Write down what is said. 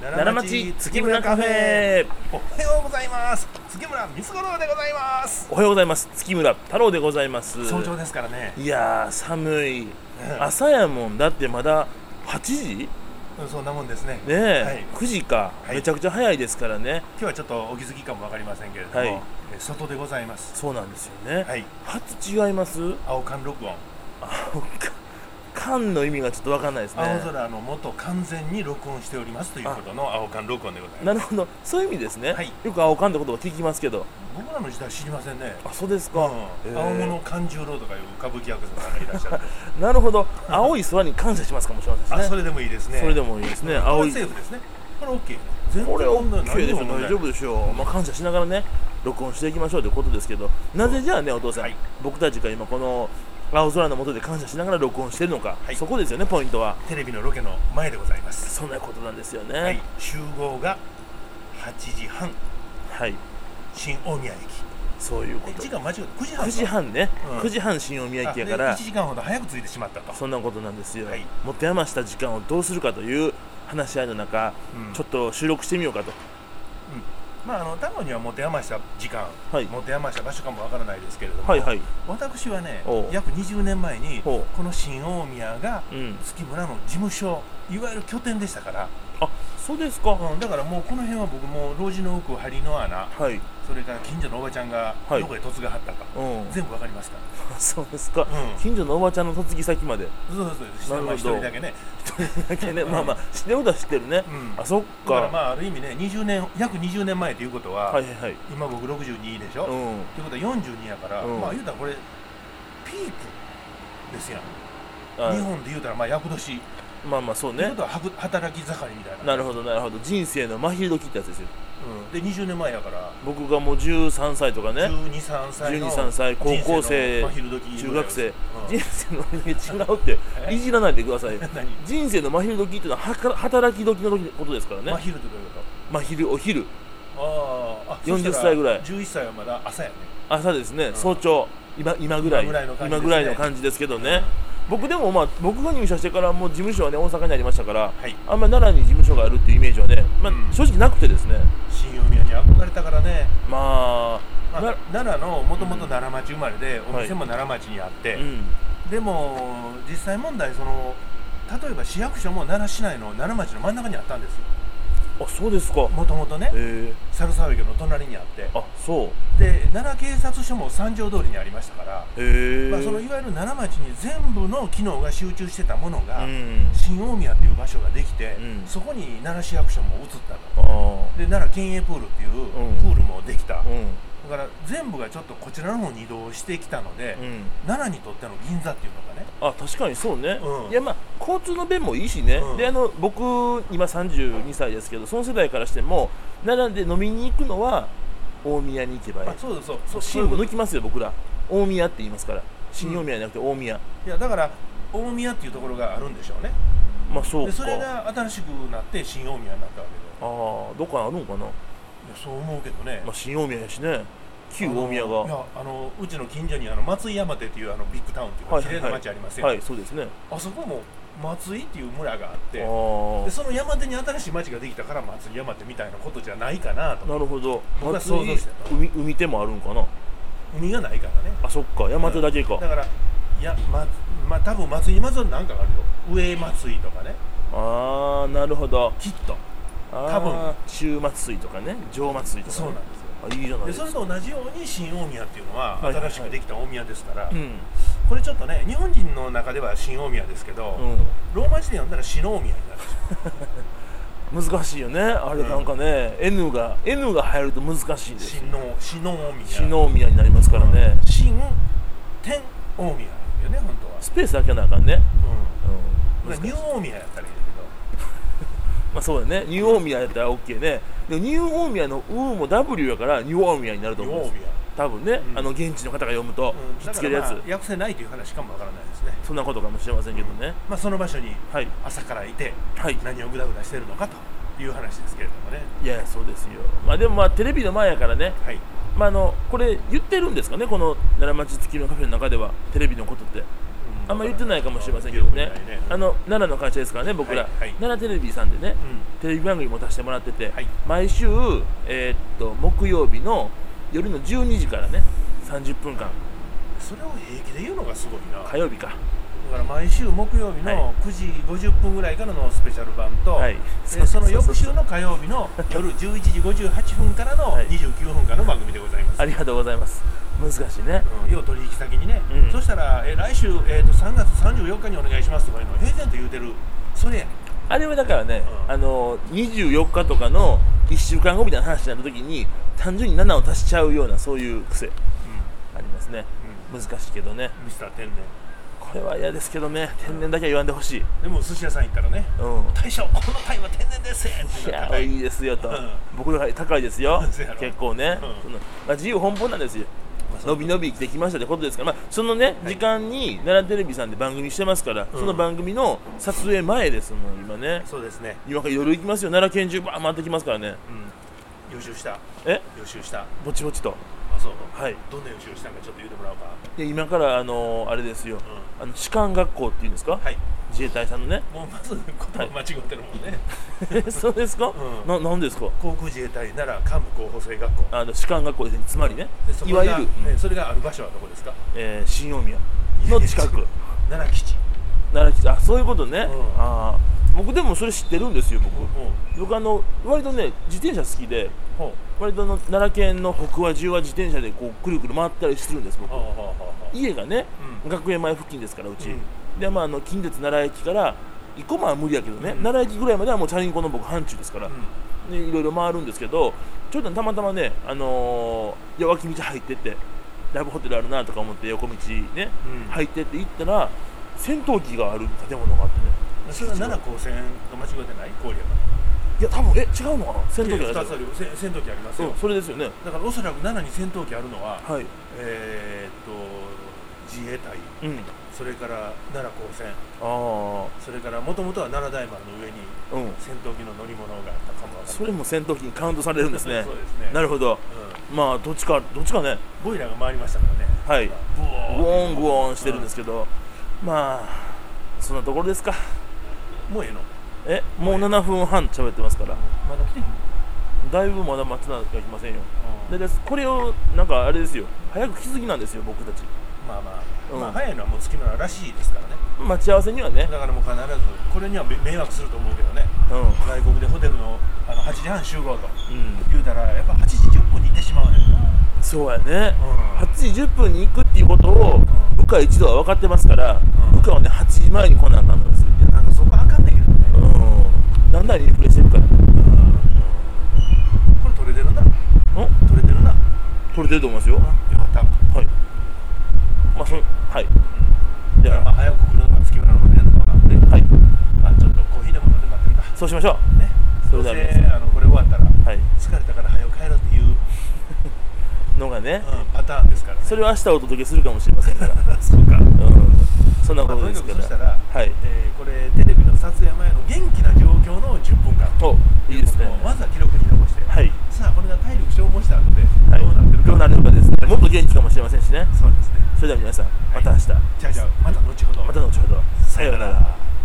奈良町月村カフェ。 おはようございます。月村光五郎でございます。 おはようございます。月村太郎でございます。 早朝ですからね。 いやー寒い、朝やもん。だってまだ8時、 そんなもんですね。 ねえ、はい、9時か、 はい、 めちゃくちゃ早いですからね。 今日はちょっとお気づきかもわかりませんけれども、はい、外でございます。 そうなんですよね。 はい、 初違います。 青缶録音。 青缶の意味がちょっと分かんないですね。 青空の下完全に録音しておりますということの青缶録音でございます。 なるほど、そういう意味ですね。はい、よく青缶ってことを聞きますけど、 僕らの時代知りませんね。 あ、そうですか。 青物勘十郎とかいう歌舞伎役者さんがいらっしゃるなるほど、青い空に感謝しますかもしれませんですね。 それでもいいですね。 それでもいいですね。青いセーフですね。これ OK。 これ OK でしょ。大丈夫でしょう。感謝しながらね録音していきましょうということですけど、なぜじゃあねお父さん、はい、僕たちが今この青空の下で感謝しながら録音してるのか、はい、そこですよね、ポイントは。 テレビのロケの前でございます。 そんなことなんですよね。 はい、集合が8時半、 はい、 新大宮駅。 そういうこと。 時間間違えた。9 時半ね、9時半新大宮駅やから 1時間ほど早く着いてしまったと。 そんなことなんですよ。はい、持て余した時間をどうするかという話し合いの中、ちょっと収録してみようかと。 太郎には持て余した時間、 はい、 持て余した場所かもわからないですけれども、 はいはい、 私はね、約20年前にこの新大宮が月村の事務所、いわゆる拠点でしたから。 あ、そうですか。 だからもうこの辺は僕も路地の奥、針の穴、 はい、 それから近所のおばちゃんがどこへ嫁がはったか、全部わかりますから。 そうですか。近所のおばちゃんの嫁ぎ先まで。 そうそう、一人だけね。 一人だけね。まあまあ知ってることは知ってるね。あ、そっか。 だからある意味ね、約20年前ということは、今僕62でしょ。ということは42やから、まあ言うたらこれピークですやん。日本で言うたら厄年。 まあまあそうね。 ということは働き盛りみたいな。 なるほどなるほど。人生の真昼時ってやつですよ。 で20年前やから僕がもう13歳とかね、 12、3歳高校生、中学生、人生の真昼時違うっていじらないでください。人生の真昼時っていうのは働き時のことですからね。 真昼ってどういうこと？ 真昼、お昼。 40 歳ぐらい。 11歳はまだ朝やね。 朝ですね。早朝、今ぐらいの感じですけどね。僕でも僕が入社してからもう事務所はね大阪にありましたから、あんまり奈良に事務所があるっていうイメージはね、正直なくてですね。 新大宮に憧れたからね。奈良のもともと奈良町生まれで、お店も奈良町にあって、でも実際問題例えば市役所も奈良市内の奈良町の真ん中にあったんですよ。 あ、そうですか。 もともとね、猿沢池の隣にあって、 あ、そうで奈良警察署も三条通りにありましたから、そのいわゆる奈良町に全部の機能が集中してたものが、新大宮という場所ができて、そこに奈良市役所も移ったと。で奈良県営プールっていうプールもできた。だから全部がちょっとこちらの方に移動してきたので、奈良にとっての銀座っていうのがね。 あ、確かにそうね。いや交通の便もいいしね。で僕今32歳ですけど、その世代からしても奈良で飲みに行くのは大宮に行けばいい。 そう新聞抜きますよ僕ら。大宮って言いますから。新大宮じゃなくて大宮。 いやだから大宮っていうところがあるんでしょうね。 まあそうか。 でそれが新しくなって新大宮になったわけで。 どっかあるんかな。 そう思うけどね。 新大宮やしね。旧大宮が。 いやうちの近所に松井山手っていうビッグタウンっていうか綺麗な町ありますよ。 はい、そうですね。 あそこも松井っていう村があって、でその山手に新しい町ができたから松井山手みたいなことじゃないかなと。なるほど。 僕は想像してた。 海手もあるんかな。 海がないからね。 あ、そっか。山手だけか。 だから多分松井なんかあるよ。上松井とかね。 なるほど。 きっと多分中松井とかね、上松井とか。 そうなんですよ。 いいじゃないですか。 それと同じように新大宮っていうのは新しくできた大宮ですから、これちょっとね日本人の中では新大宮ですけど、ローマ字で読んだら新大宮になるんですよ。 難しいよねあれ。なんかね N が入ると難しいんですよ。新大宮になりますからね。 新天大宮よね本当は。 スペース開けなあかんね。 ニュー大宮やったらいいまあそうだね。ニュー大宮やったら OK ね。でもニュー大宮の U も W やからニュー大宮になると思うんです。多分ね、現地の方が読むとひっつけるやつ。 訳せないという話かもわからないですね。 そんなことかもしれませんけどね。 その場所に朝からいて何をグダグダしてるのかという話ですけれどもね。 いやそうですよ。でもテレビの前やからね。これ言ってるんですかね、この奈良町月のカフェの中ではテレビのことって。 あんま言ってないかもしれませんけどね、奈良の会社ですからね、僕ら、奈良テレビさんでね、テレビ番組持たせてもらってて、毎週、木曜日の夜の12時からね、30分間。 それを平気で言うのがすごいな。 火曜日か。 だから毎週木曜日の9時50分ぐらいからのスペシャル版と、その翌週の火曜日の夜11時58分からの29分間の番組でございます。 ありがとうございます。難しいね。 要取引先にね、そしたら来週3月34日にお願いしますとかいうのを平然と言うてる。それやねん。 あれはだからね、24日とかの1週間後みたいな話になった時に単純に7を足しちゃうようなそういう癖ありますね。難しいけどね。 ミスター天然。 これは嫌ですけどね、天然だけは言わんでほしい。 でも寿司屋さん行ったらね、大将この鯛は天然ですっていやいいですよと、僕ら高いですよ結構ね、自由奔放なんですよ。のびのび生きてきましたってことですから、そのね時間に奈良テレビさんで番組してますから、その番組の撮影前ですもん今ね。 そうですね。 今から夜行きますよ、奈良県中バー回ってきますからね。 予習した。予習した。 ぼちぼちと。 あ、そう。 はい。 どんな予習したんかちょっと言ってもらおうか。 で今からあれですよ、士官学校っていうんですか、自衛隊さんのね。 もうまず言葉間違ってるもんね。 そうですか。なんですか。 航空自衛隊奈良幹部候補生学校。 士官学校ですね。つまりね。いわゆるそれがある場所はどこですか。 新大宮の近く。 奈良基地。 奈良基地。あ、そういうことね。僕でもそれ知ってるんですよ。僕割とね自転車好きで。割と奈良県の北和中は自転車でこうくるくる回ったりするんです僕。家がね、学園前付近ですからうち、で近鉄奈良駅から生駒は無理やけどね、奈良駅ぐらいまではもうチャリンコの僕範疇ですから、でいろいろ回るんですけど、ちょっとたまたまね脇道入ってってラブホテルあるなとか思って横道ね、入ってって行ったら戦闘機がある建物があってね。 それは奈良高専と間違ってない？郡山。 いや多分違うのかな。戦闘機ある。 戦闘機ありますよ。 それですよね。 だからおそらく奈良に戦闘機あるのは、自衛隊、それから奈良高専、それからもともとは奈良大丸の上に戦闘機の乗り物があったかもわからない。 それも戦闘機にカウントされるんですね。 そうですね。 なるほど。まあどっちかね。 ボイラーが回りましたからね。 はい。グオングオンしてるんですけど、まあそんなところですか。 もうええの？ もう7分半喋ってますから。 まだ来てへんの？ だいぶまだ待つなきゃいけませんよ。でこれをなんかあれですよ、早く来すぎなんですよ僕たち。 まあ早いのはもう月村らしいですからね。 待ち合わせにはね。 だからもう必ずこれには迷惑すると思うけどね、外国でホテルの8時半集合と言うたらやっぱ8時10分に行ってしまうねんな。 そうやね、8時10分に行くっていうことを部下一度は分かってますから、部下はね8時前に来なあかんのですよ。 いやなんかそこあかんねんけどね。 だんだんリフレしてるから。これ取れてるな。取れてるな。 取れてると思いますよ。 よかった。 はい。はい。 じゃあ早く来るのが月村の伝統なんで、はい。ちょっとコーヒーでも飲んで待ってるか。 そうしましょう。ね。 それでこれ終わったら、疲れたから早く帰ろうっていうのがね、 パターンですからね。 それを明日お届けするかもしれませんから。 そうか。 そんなことですから。 そしたら、これテレビの撮影前の元気な状況の10分間。いいですね。まずは記録に残して。さあこれが体力消耗した後でどうなるのかですね。もっと元気かもしれませんしね。 そうですね。 それでは皆さんまた明日。 じゃあまた後ほど。 また後ほど。さようなら。